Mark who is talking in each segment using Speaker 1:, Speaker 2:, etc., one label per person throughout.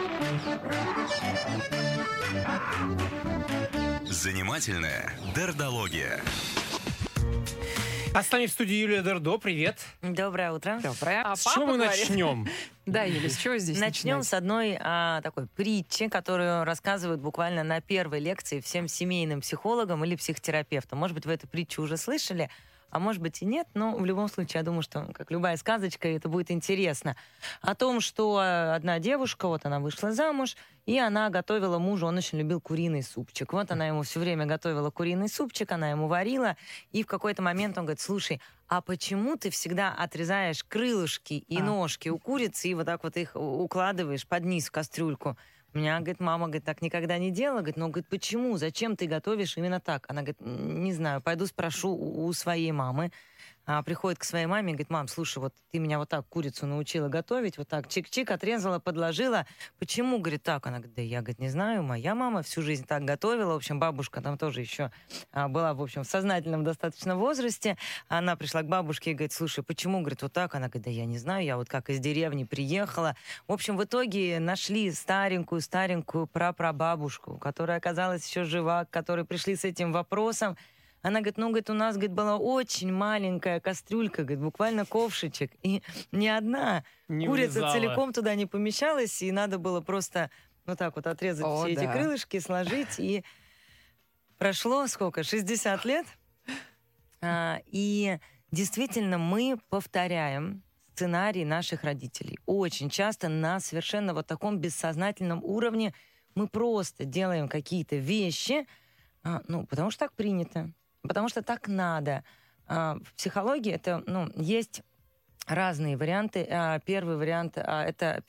Speaker 1: Занимательная дердология.
Speaker 2: А с нами в студии Юлия Дердо. Привет.
Speaker 3: Доброе утро.
Speaker 4: Доброе.
Speaker 2: С чего мы начнем?
Speaker 4: Да, Юля, с чего здесь
Speaker 3: Начнем
Speaker 4: начинать?
Speaker 3: с одной такой притчи, которую рассказывают буквально на первой лекции всем семейным психологам или психотерапевтам. Может быть, вы эту притчу уже слышали, а может быть и нет, но в любом случае, я думаю, что, как любая сказочка, это будет интересно. О том, что одна девушка, вот она вышла замуж, и она готовила мужу, он очень любил куриный супчик. Вот она ему все время готовила куриный супчик, она ему варила, и в какой-то момент он говорит: слушай, а почему ты всегда отрезаешь крылышки и ножки у курицы и вот так вот их укладываешь под низ в кастрюльку? У меня, говорит, мама, говорит, так никогда не делала. Говорит, но, говорит, почему? Зачем ты готовишь именно так? Она говорит, не знаю, пойду спрошу у своей мамы. Приходит к своей маме и говорит: мам, слушай, вот ты меня вот так курицу научила готовить, вот так чик-чик, отрезала, подложила. Почему, говорит, так? Она говорит, да я, говорит, не знаю, моя мама всю жизнь так готовила. В общем, бабушка там тоже еще была, в общем, в сознательном достаточно возрасте. Она пришла к бабушке и говорит: слушай, почему, говорит, вот так? Она говорит, да я не знаю, я вот как из деревни приехала. В общем, в итоге нашли старенькую прапрабабушку, которая оказалась еще жива, к которой пришли с этим вопросом. Она говорит, ну, говорит, у нас, говорит, была очень маленькая кастрюлька, говорит, буквально ковшичек, и ни одна курица целиком туда не помещалась, и надо было просто вот так вот отрезать все эти крылышки, сложить, и прошло сколько? 60 лет, и действительно мы повторяем сценарий наших родителей. Очень часто на совершенно вот таком бессознательном уровне мы просто делаем какие-то вещи, потому что так принято. Потому что так надо. В психологии это, есть разные варианты. Первый вариант это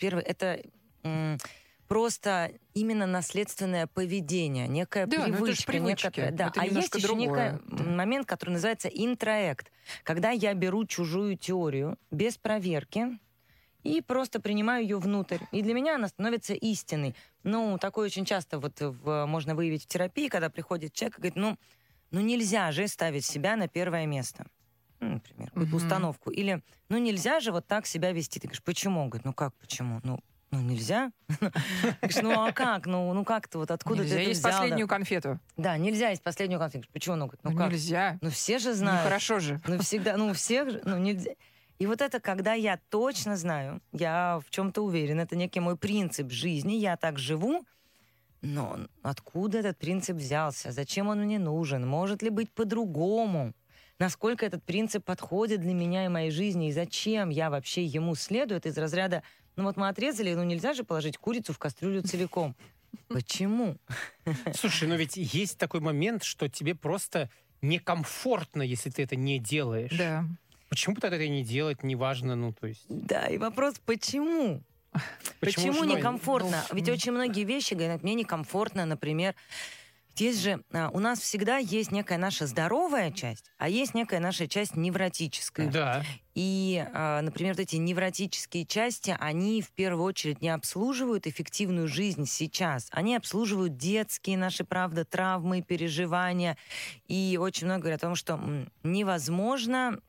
Speaker 3: просто именно наследственное поведение, некая привычка, некоторая. Да, а есть еще некий момент, который называется интроект, когда я беру чужую теорию без проверки и просто принимаю ее внутрь. И для меня она становится истиной. Такое очень часто можно выявить в терапии, когда приходит человек и говорит, нельзя же ставить себя на первое место. Например, какую-то установку. Или, нельзя же вот так себя вести. Ты говоришь, почему? Он говорит, как почему? Нельзя. Говоришь, а как? Как ты, откуда
Speaker 4: нельзя
Speaker 3: ты это
Speaker 4: есть
Speaker 3: взял?
Speaker 4: последнюю конфету.
Speaker 3: Да, нельзя есть последнюю конфету. Почему? Он говорит, как?
Speaker 4: Нельзя.
Speaker 3: Все же знают.
Speaker 4: Хорошо же.
Speaker 3: Всегда, у всех же, нельзя. И вот это, когда я точно знаю, я в чем-то уверена, это некий мой принцип жизни, я так живу, но откуда этот принцип взялся? Зачем он мне нужен? Может ли быть по-другому? Насколько этот принцип подходит для меня и моей жизни? И зачем я вообще ему следую? Это из разряда, мы отрезали, нельзя же положить курицу в кастрюлю целиком. Почему?
Speaker 2: Слушай, но ведь есть такой момент, что тебе просто некомфортно, если ты это не делаешь.
Speaker 4: Да.
Speaker 2: Почему бы тогда это не делать, неважно,
Speaker 3: Да, и вопрос, почему? Почему некомфортно? Ведь очень многие вещи говорят, мне некомфортно, например. Есть же, у нас всегда есть некая наша здоровая часть, а есть некая наша часть невротическая.
Speaker 2: Да.
Speaker 3: И, например, вот эти невротические части, они в первую очередь не обслуживают эффективную жизнь сейчас. Они обслуживают детские наши, правда, травмы, переживания. И очень много говорят о том, что невозможно...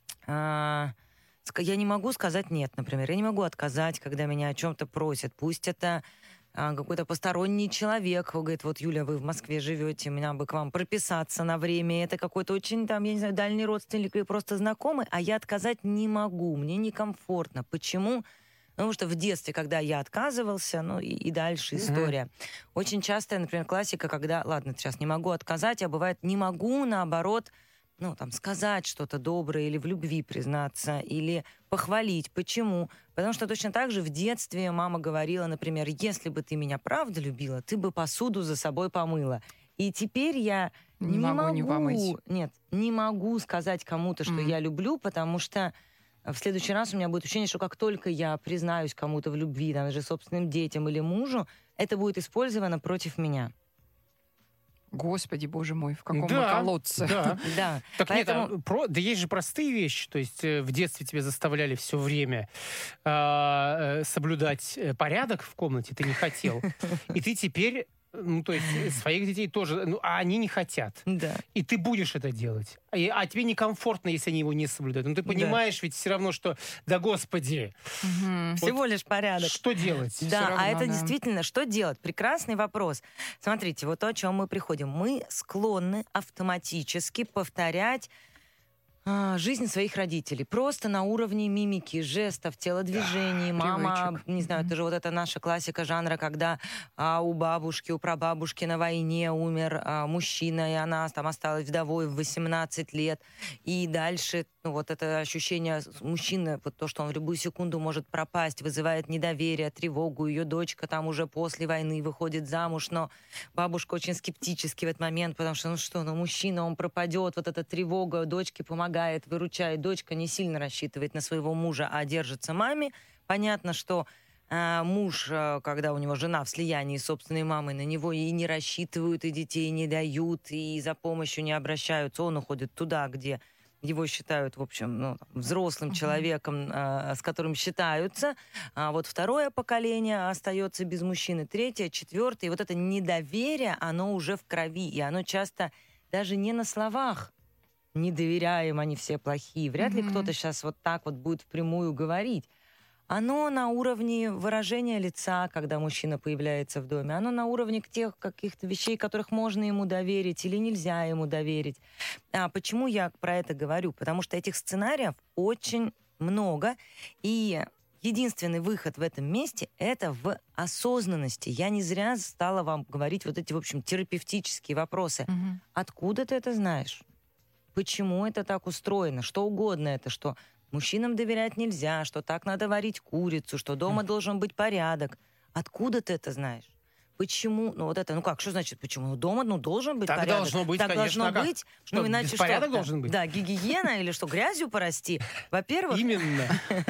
Speaker 3: Я не могу сказать «нет», например. Я не могу отказать, когда меня о чем-то просят. Пусть это какой-то посторонний человек. Говорит, вот, Юля, вы в Москве живете, меня бы к вам прописаться на время. Это какой-то очень, я не знаю, дальний родственник или просто знакомый, а я отказать не могу, мне некомфортно. Почему? Потому что в детстве, когда я отказывался, и дальше история. Очень часто, например, классика, когда, ладно, сейчас не могу отказать, а бывает не могу, наоборот, сказать что-то доброе или в любви признаться, или похвалить. Почему? Потому что точно так же в детстве мама говорила, например, если бы ты меня правда любила, ты бы посуду за собой помыла. И теперь я не могу сказать кому-то, что я люблю, потому что в следующий раз у меня будет ощущение, что как только я признаюсь кому-то в любви, даже собственным детям или мужу, это будет использовано против меня.
Speaker 4: Господи, боже мой, в каком мы колодце.
Speaker 3: Да.
Speaker 2: Так поэтому... нет, есть же простые вещи. То есть в детстве тебя заставляли все время соблюдать порядок в комнате, ты не хотел. И ты теперь Ну, то есть своих детей тоже, ну, а они не хотят.
Speaker 3: Да.
Speaker 2: И ты будешь это делать. А тебе некомфортно, если они его не соблюдают. Но ты понимаешь ведь все равно, что, да господи,
Speaker 3: Всего лишь порядок.
Speaker 2: что делать?
Speaker 3: Да,
Speaker 4: равно,
Speaker 3: а это
Speaker 4: да.
Speaker 3: действительно, что делать? Прекрасный вопрос. Смотрите, вот то, о чем мы приходим. Мы склонны автоматически повторять жизнь своих родителей. Просто на уровне мимики, жестов, телодвижений. Мама,
Speaker 4: привычек.
Speaker 3: не знаю, это же вот эта наша классика жанра, когда у бабушки, у прабабушки на войне умер мужчина, и она там осталась вдовой в 18 лет. И дальше вот это ощущение мужчины, вот то, что он в любую секунду может пропасть, вызывает недоверие, тревогу. Ее дочка там уже после войны выходит замуж, но бабушка очень скептически в этот момент, потому что, мужчина, он пропадет, вот эта тревога, дочке помогает, выручает. Дочка не сильно рассчитывает на своего мужа, а держится маме. Понятно, что муж, когда у него жена в слиянии с собственной мамой, на него и не рассчитывают, и детей не дают, и за помощью не обращаются. Он уходит туда, где его считают, в общем, взрослым человеком, с которым считаются. А вот второе поколение остается без мужчины, третье, четвертое. И вот это недоверие, оно уже в крови. И оно часто даже не на словах. Не доверяем, они все плохие. Вряд ли кто-то сейчас вот так вот будет впрямую говорить. Оно на уровне выражения лица, когда мужчина появляется в доме. Оно на уровне тех каких-то вещей, которых можно ему доверить или нельзя ему доверить. Почему я про это говорю? Потому что этих сценариев очень много. И единственный выход в этом месте — это в осознанности. Я не зря стала вам говорить вот эти, в общем, терапевтические вопросы. Откуда ты это знаешь? Почему это так устроено? Что угодно это, что мужчинам доверять нельзя, что так надо варить курицу, что дома должен быть порядок. Откуда ты это знаешь? Почему? Что значит почему? Дома, должен быть
Speaker 2: Так
Speaker 3: порядок.
Speaker 2: должно быть,
Speaker 3: так
Speaker 2: конечно.
Speaker 3: должно быть.
Speaker 2: Что,
Speaker 3: Иначе
Speaker 2: беспорядок
Speaker 3: что?
Speaker 2: должен быть?
Speaker 3: Да, гигиена или что, грязью порасти? Во-первых,
Speaker 2: Именно.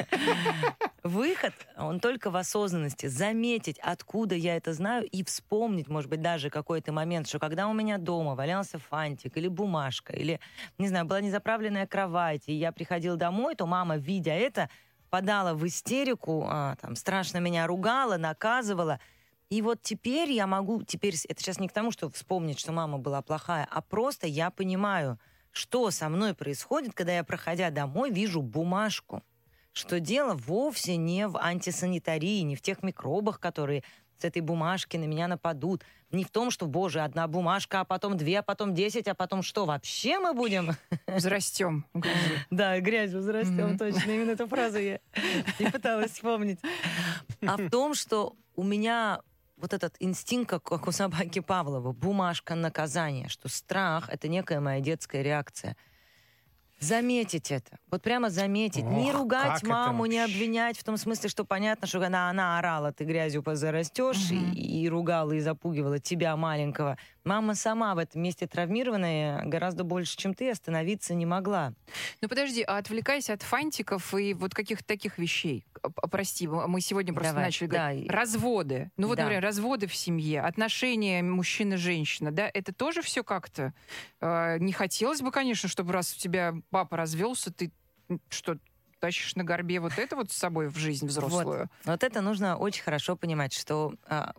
Speaker 3: выход, он только в осознанности. Заметить, откуда я это знаю, и вспомнить, может быть, даже какой-то момент, что когда у меня дома валялся фантик или бумажка, или, не знаю, была незаправленная кровать, и я приходила домой, то мама, видя это, подала в истерику, страшно меня ругала, наказывала. И вот теперь это сейчас не к тому, чтобы вспомнить, что мама была плохая, а просто я понимаю, что со мной происходит, когда я, проходя домой, вижу бумажку. Что дело вовсе не в антисанитарии, не в тех микробах, которые с этой бумажки на меня нападут. Не в том, что, боже, одна бумажка, а потом 2, а потом 10, а потом что, вообще мы будем?
Speaker 4: Взрастем.
Speaker 3: Да, грязью взрастем, точно. Именно эту фразу я и пыталась вспомнить. А в том, что у меня вот этот инстинкт, как у собаки Павлова, бумажка наказания, что страх — это некая моя детская реакция. Заметить это. Вот прямо заметить. Не ругать маму, не обвинять в том смысле, что понятно, что она орала, ты грязью позарастешь, и ругала, и запугивала тебя, маленького. Мама сама в этом месте травмированная гораздо больше, чем ты, остановиться не могла.
Speaker 4: Ну подожди, а отвлекаясь от фантиков и вот каких-то таких вещей, прости, мы сегодня просто начали говорить, разводы. Ну вот, например, разводы в семье, отношения мужчина-женщина, да, это тоже все как-то не хотелось бы, конечно, чтобы раз у тебя папа развелся, ты что, тащишь на горбе вот это вот с собой в жизнь взрослую?
Speaker 3: Вот это нужно очень хорошо понимать, что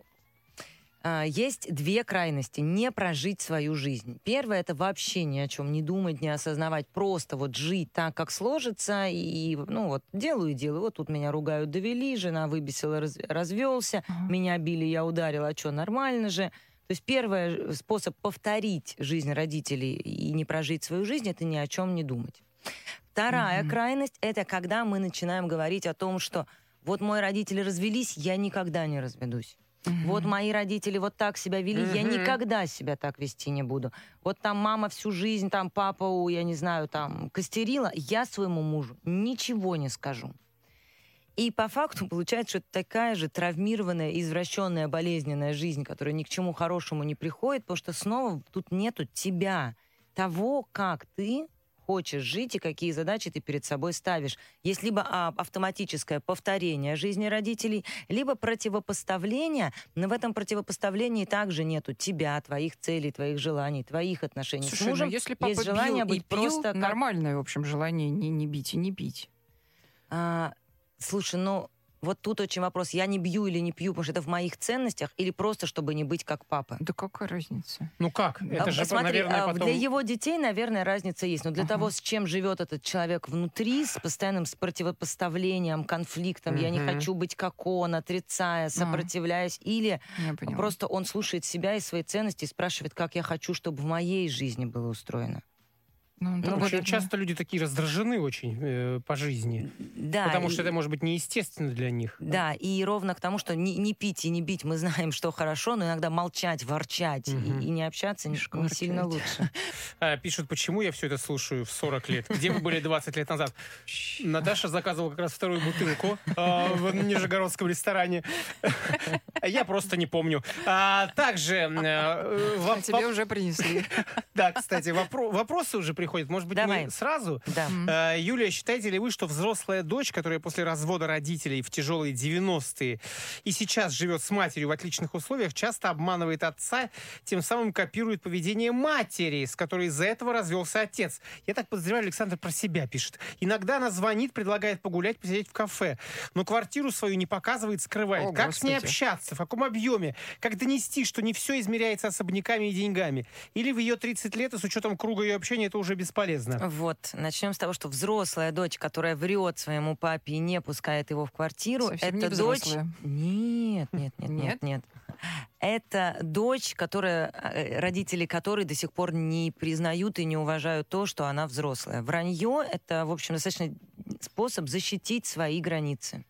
Speaker 3: есть две крайности. Не прожить свою жизнь. Первое — это вообще ни о чем не думать, не осознавать. Просто вот жить так, как сложится. И, делаю. Вот тут меня ругают, довели, жена выбесила, развелся, меня били, я ударила, а что, нормально же. То есть первый способ повторить жизнь родителей и не прожить свою жизнь — это ни о чем не думать. Вторая крайность — это когда мы начинаем говорить о том, что вот мои родители развелись, я никогда не разведусь. Вот мои родители вот так себя вели, я никогда себя так вести не буду. Вот там мама всю жизнь, там папа, костерила, я своему мужу ничего не скажу. И по факту получается, что это такая же травмированная, извращенная, болезненная жизнь, которая ни к чему хорошему не приходит, потому что снова тут нету тебя, того, как ты хочешь жить и какие задачи ты перед собой ставишь. Есть либо автоматическое повторение жизни родителей, либо противопоставление, но в этом противопоставлении также нету тебя, твоих целей, твоих желаний, твоих отношений с мужем.
Speaker 4: Если папа
Speaker 3: есть желание
Speaker 4: бил
Speaker 3: быть
Speaker 4: и пил,
Speaker 3: просто
Speaker 4: нормальное, в общем, желание не бить и не пить.
Speaker 3: Слушай, вот тут очень вопрос, я не бью или не пью, потому что это в моих ценностях, или просто, чтобы не быть как папа?
Speaker 4: Да какая разница?
Speaker 2: Ну как? Это же,
Speaker 3: смотри,
Speaker 2: наверное, потом...
Speaker 3: для его детей, наверное, разница есть. Но для того, с чем живет этот человек внутри, с постоянным противопоставлением, конфликтом, я не хочу быть как он, отрицая, сопротивляясь, или просто он слушает себя и свои ценности и спрашивает, как я хочу, чтобы в моей жизни было устроено.
Speaker 2: Очень часто люди такие раздражены очень по жизни.
Speaker 3: Да,
Speaker 2: потому что это может быть неестественно для них.
Speaker 3: Да, и ровно к тому, что не пить и не бить, мы знаем, что хорошо, но иногда молчать, ворчать и не общаться не сильно лучше.
Speaker 2: Пишут, почему я все это слушаю в 40 лет? Где вы были 20 лет назад? Наташа заказывала как раз вторую бутылку в нижегородском ресторане. Я просто не помню. Также...
Speaker 4: Тебе уже принесли.
Speaker 2: Да, кстати, вопросы уже приходят. Может быть, мы сразу?
Speaker 3: Да.
Speaker 2: Юлия, считаете ли вы, что взрослая дочь, которая после развода родителей в тяжелые 90-е и сейчас живет с матерью в отличных условиях, часто обманывает отца, тем самым копирует поведение матери, с которой из-за этого развелся отец? Я так подозреваю, Александр про себя пишет. Иногда она звонит, предлагает погулять, посидеть в кафе, но квартиру свою не показывает, скрывает. Как с ней общаться? В каком объеме? Как донести, что не все измеряется особняками и деньгами? Или в ее 30 лет и с учетом круга ее общения это уже бесполезно?
Speaker 3: Вот, начнем с того, что взрослая дочь, которая врет своему папе и не пускает его в квартиру,
Speaker 4: совсем
Speaker 3: это
Speaker 4: не
Speaker 3: дочь...
Speaker 4: взрослая.
Speaker 3: Нет. Это дочь, родители которой до сих пор не признают и не уважают то, что она взрослая. Вранье — это, в общем, достаточно способ защитить свои границы.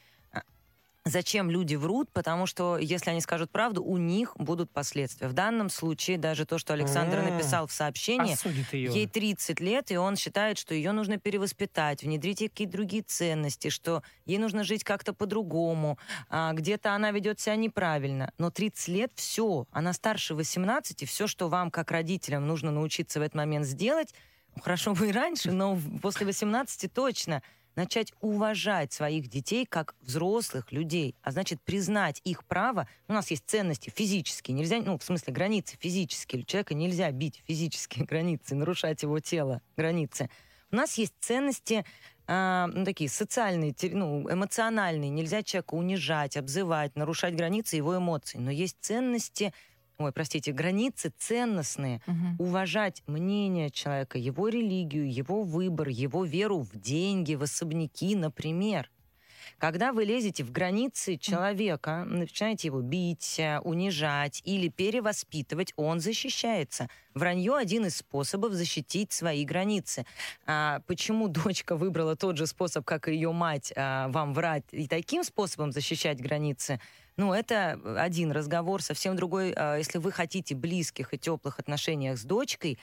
Speaker 3: Зачем люди врут? Потому что, если они скажут правду, у них будут последствия. В данном случае даже то, что Александр написал в сообщении, ей 30 лет, и он считает, что ее нужно перевоспитать, внедрить ей какие-то другие ценности, что ей нужно жить как-то по-другому, где-то она ведет себя неправильно. Но 30 лет — все. Она старше 18, и все, что вам, как родителям, нужно научиться в этот момент сделать, хорошо бы и раньше, но после 18 точно — начать уважать своих детей как взрослых людей, а значит признать их право. У нас есть ценности физические, нельзя, в смысле границы физические. Человека нельзя бить, физические границы, нарушать его тело, границы. У нас есть ценности такие социальные, эмоциональные. Нельзя человека унижать, обзывать, нарушать границы его эмоций. Но есть ценности, границы ценностные. Уважать мнение человека, его религию, его выбор, его веру в деньги, в особняки, например. Когда вы лезете в границы человека, начинаете его бить, унижать или перевоспитывать, он защищается. Вранье — один из способов защитить свои границы. Почему дочка выбрала тот же способ, как и ее мать, вам врать и таким способом защищать границы? Это один разговор, совсем другой. Если вы хотите близких и теплых отношениях с дочкой,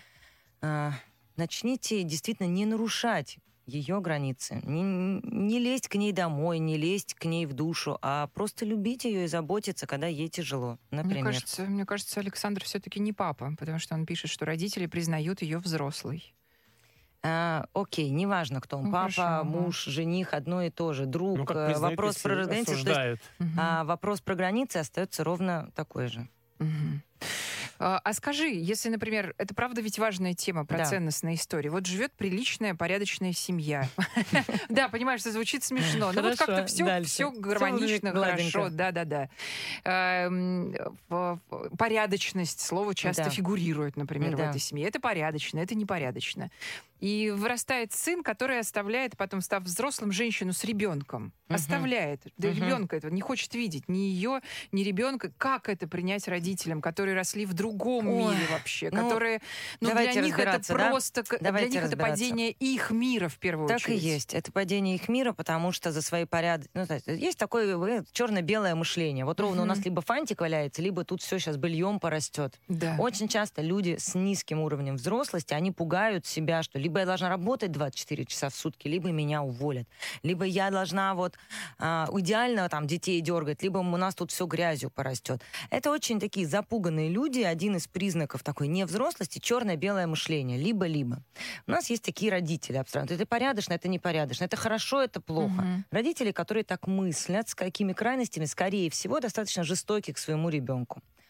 Speaker 3: начните действительно не нарушать ее границы. Не лезть к ней домой, не лезть к ней в душу, а просто любить ее и заботиться, когда ей тяжело, например.
Speaker 4: Мне кажется, Александр все-таки не папа, потому что он пишет, что родители признают ее взрослой.
Speaker 3: Окей, неважно, кто он, папа, муж, жених, одно и то же, друг. Вопрос про границы, вопрос про границы остается ровно такой же.
Speaker 4: А скажи, если, например, это правда ведь важная тема про ценностные истории. Вот живет приличная, порядочная семья. Да, понимаешь, что звучит смешно. Но вот как-то все гармонично, хорошо. Да. Порядочность, слово часто фигурирует, например, в этой семье. Это порядочно, это непорядочно. И вырастает сын, который оставляет, потом, став взрослым, женщину с ребенком. Оставляет. Да ребенка этого не хочет видеть. Ни ее, ни ребенка. Как это принять родителям, которые росли в другом мире вообще? Которые, для них это просто... Для них это падение их мира, в первую очередь.
Speaker 3: Так и есть. Это падение их мира, потому что за свои порядки... есть такое черно-белое мышление. Вот ровно у нас либо фантик валяется, либо тут все сейчас быльем порастет.
Speaker 4: Да.
Speaker 3: Очень часто люди с низким уровнем взрослости, они пугают себя, что либо я должна работать 24 часа в сутки, либо меня уволят. Либо я должна идеально детей дергать, либо у нас тут все грязью порастет. Это очень такие запуганные люди. Один из признаков такой невзрослости — черно-белое мышление. Либо-либо. У нас есть такие родители абстрактные. Это порядочно, это непорядочно. Это хорошо, это плохо. Родители, которые так мыслят, с какими крайностями, скорее всего, достаточно жестоки к своему ребенку.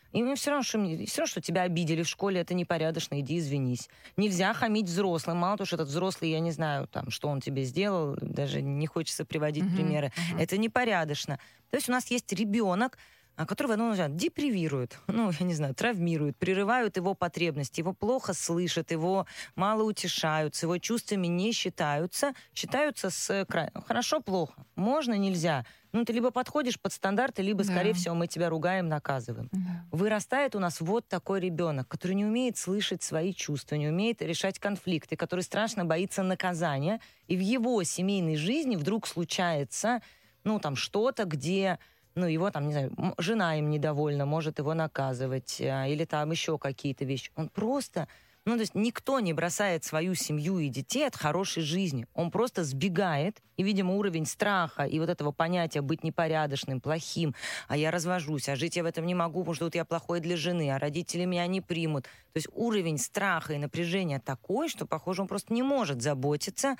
Speaker 3: Им все равно, что тебя обидели в школе, это непорядочно, иди извинись. Нельзя хамить взрослым. Мало того, что этот взрослый, я не знаю, там, что он тебе сделал, даже не хочется приводить примеры. Это непорядочно. То есть у нас есть ребенок, которого, депривируют, я не знаю, травмируют, прерывают его потребности, его плохо слышат, его мало утешают, с его чувствами не считаются с хорошо-плохо, можно, нельзя. Ты либо подходишь под стандарты, либо, скорее всего, мы тебя ругаем, наказываем. Вырастает у нас вот такой ребенок, который не умеет слышать свои чувства, не умеет решать конфликты, который страшно боится наказания, и в его семейной жизни вдруг случается, что-то, где... его там, не знаю, жена им недовольна, может его наказывать, или там еще какие-то вещи. Он просто, то есть никто не бросает свою семью и детей от хорошей жизни. Он просто сбегает, и, видимо, уровень страха и вот этого понятия быть непорядочным, плохим, а я развожусь, а жить я в этом не могу, потому что вот я плохой для жены, а родители меня не примут. То есть уровень страха и напряжения такой, что, похоже, он просто не может заботиться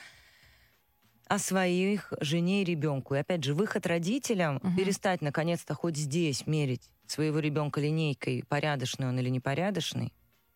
Speaker 3: о своих жене и ребенку. И опять же, выход родителям перестать наконец-то хоть здесь мерить своего ребенка линейкой, порядочный он или непорядочный,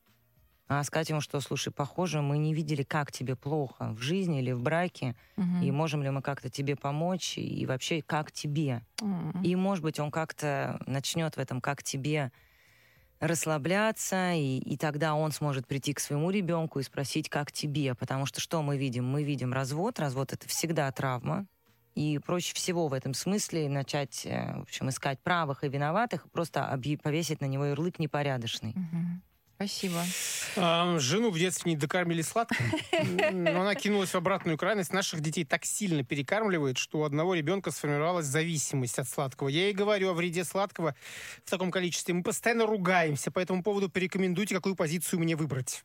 Speaker 3: а сказать ему, что, слушай, похоже, мы не видели, как тебе плохо в жизни или в браке, и можем ли мы как-то тебе помочь, и вообще, как тебе. И, может быть, он как-то начнет в этом «как тебе» расслабляться, и тогда он сможет прийти к своему ребенку и спросить, как тебе. Потому что что мы видим? Мы видим развод. Развод — это всегда травма. И проще всего в этом смысле начать, в общем, искать правых и виноватых, и просто повесить на него ярлык непорядочный.
Speaker 4: Спасибо.
Speaker 2: Жену в детстве не докормили сладким, но она кинулась в обратную крайность. Наших детей так сильно перекармливает, что у одного ребенка сформировалась зависимость от сладкого. Я ей говорю о вреде сладкого в таком количестве. Мы постоянно ругаемся по этому поводу. Порекомендуйте, какую позицию мне выбрать.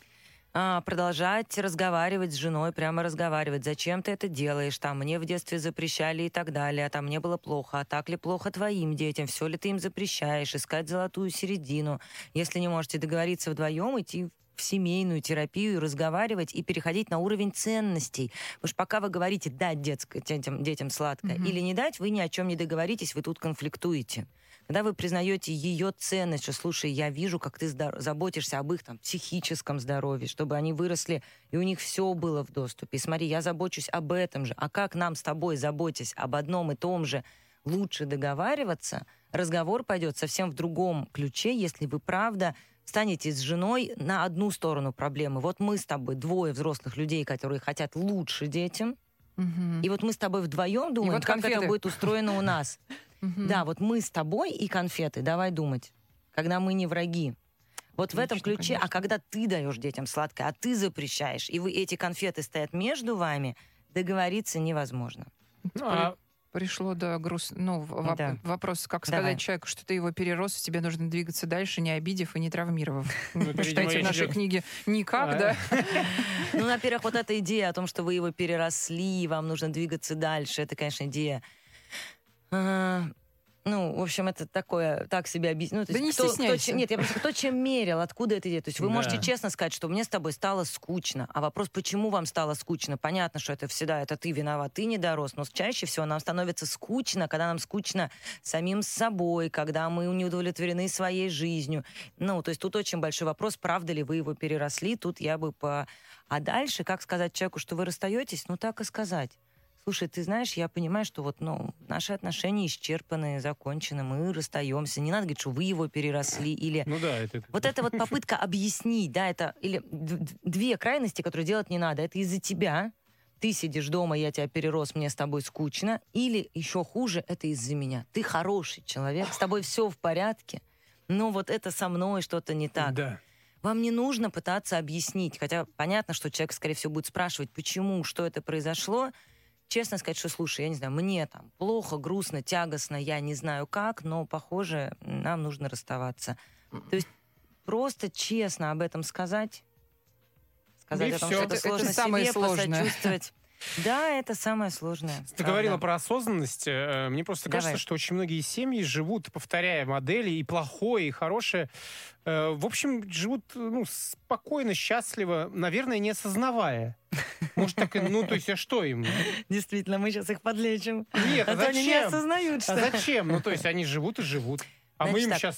Speaker 3: Продолжать разговаривать с женой, прямо разговаривать. Зачем ты это делаешь? Там, мне в детстве запрещали и так далее. Там мне было плохо. А так ли плохо твоим детям? Все ли ты им запрещаешь? Искать золотую середину. Если не можете договориться вдвоем, идти в семейную терапию, разговаривать и переходить на уровень ценностей. Потому что пока вы говорите «дать детям сладкое» или «не дать», вы ни о чем не договоритесь, вы тут конфликтуете. Когда вы признаете ее ценность, что, слушай, я вижу, как ты заботишься об их психическом здоровье, чтобы они выросли, и у них все было в доступе. И смотри, я забочусь об этом же. А как нам с тобой, заботясь об одном и том же, лучше договариваться, разговор пойдет совсем в другом ключе, если вы, правда, станете с женой на одну сторону проблемы. Вот мы с тобой двое взрослых людей, которые хотят лучше детям, и вот мы с тобой вдвоем думаем, вот как это будет устроено у нас. Да, вот мы с тобой и конфеты, давай думать, когда мы не враги. Вот отлично, в этом ключе, конечно. А когда ты даешь детям сладкое, а ты запрещаешь, и эти конфеты стоят между вами, договориться невозможно.
Speaker 4: Пришло, вопрос, как сказать человеку, что ты его перерос, тебе нужно двигаться дальше, не обидев и не травмировав. Читайте в нашей книге «Никак», да?
Speaker 3: Во-первых, вот эта идея о том, что вы его переросли, вам нужно двигаться дальше, это, конечно, идея... в общем, это такое, так себе объяснить.
Speaker 4: Не стесняйся.
Speaker 3: Нет, я просто кто чем мерил, откуда это идет. То есть вы можете честно сказать, что мне с тобой стало скучно. А вопрос, почему вам стало скучно? Понятно, что это всегда, это ты виноват, ты не дорос. Но чаще всего нам становится скучно, когда нам скучно самим собой, когда мы не удовлетворены своей жизнью. То есть тут очень большой вопрос, правда ли вы его переросли. Тут я бы А дальше, как сказать человеку, что вы расстаетесь? Так и сказать. Слушай, ты знаешь, я понимаю, что наши отношения исчерпаны, закончены, мы расстаемся. Не надо говорить, что вы его переросли, или... Вот эта вот попытка объяснить, да, это... Или две крайности, которые делать не надо. Это из-за тебя. Ты сидишь дома, я тебя перерос, мне с тобой скучно. Или, еще хуже, это из-за меня. Ты хороший человек, с тобой все в порядке, но вот это со мной что-то не так.
Speaker 2: Да.
Speaker 3: Вам не нужно пытаться объяснить. Хотя понятно, что человек, скорее всего, будет спрашивать, почему, что это произошло. Честно сказать, что, слушай, я не знаю, мне плохо, грустно, тягостно, я не знаю как, но, похоже, нам нужно расставаться. То есть просто честно об этом сказать о том, что это сложно себе, посочувствовать. Да, это самое сложное.
Speaker 2: Ты говорила про осознанность. Мне просто кажется, что очень многие семьи живут, повторяя модели, и плохое, и хорошее. В общем, живут спокойно, счастливо, наверное, не осознавая. Может, так, то есть, а что им?
Speaker 3: Действительно, мы сейчас их подлечим.
Speaker 2: Нет, а зачем?
Speaker 3: Они не осознают, что...
Speaker 2: А зачем? То есть, они живут и живут. А мы им сейчас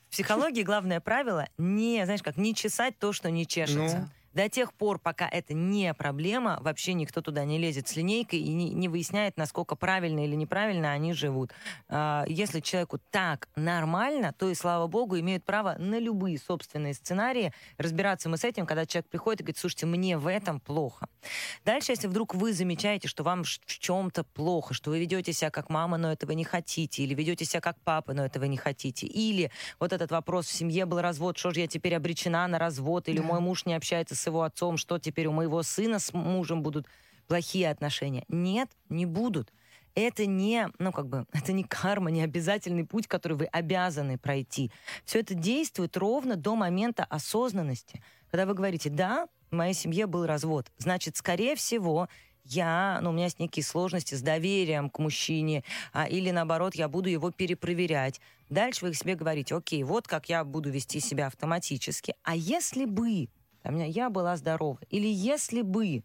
Speaker 3: В психологии главное правило не чесать то, что не чешется. До тех пор, пока это не проблема, вообще никто туда не лезет с линейкой и не выясняет, насколько правильно или неправильно они живут. Если человеку так нормально, то и, слава богу, имеют право на любые собственные сценарии. Разбираться мы с этим, когда человек приходит и говорит: слушайте, мне в этом плохо. Дальше, если вдруг вы замечаете, что вам в чем-то плохо, что вы ведете себя как мама, но этого не хотите, или ведете себя как папа, но этого не хотите, или вот этот вопрос: в семье был развод, что же я теперь обречена на развод, или мой муж не общается с его отцом, что теперь у моего сына с мужем будут плохие отношения. Нет, не будут. Это не, это не карма, не обязательный путь, который вы обязаны пройти. Все это действует ровно до момента осознанности. Когда вы говорите: да, в моей семье был развод, значит, скорее всего, у меня есть некие сложности с доверием к мужчине, или наоборот, я буду его перепроверять. Дальше вы себе говорите: окей, вот как я буду вести себя автоматически. А если бы я была здорова, или если бы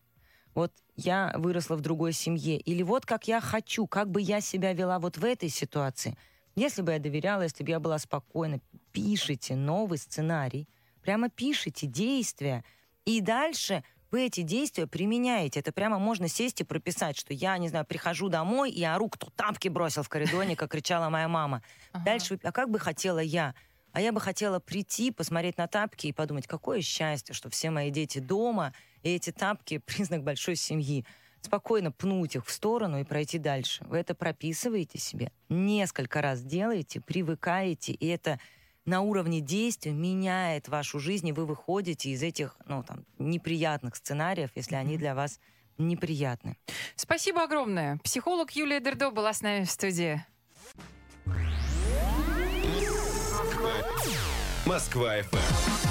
Speaker 3: я выросла в другой семье, или вот как я хочу, как бы я себя вела вот в этой ситуации. Если бы я доверяла, если бы я была спокойна, пишите новый сценарий, прямо пишите действия, и дальше вы эти действия применяете. Это прямо можно сесть и прописать, что я, прихожу домой и ору: кто тапки бросил в коридоре, как кричала моя мама. Дальше: а как бы хотела я? А я бы хотела прийти, посмотреть на тапки и подумать: какое счастье, что все мои дети дома, и эти тапки — признак большой семьи. Спокойно пнуть их в сторону и пройти дальше. Вы это прописываете себе, несколько раз делаете, привыкаете, и это на уровне действия меняет вашу жизнь, и вы выходите из этих, неприятных сценариев, если они для вас неприятны.
Speaker 4: Спасибо огромное. Психолог Юлия Дердо была с нами в студии.
Speaker 1: Москва FM.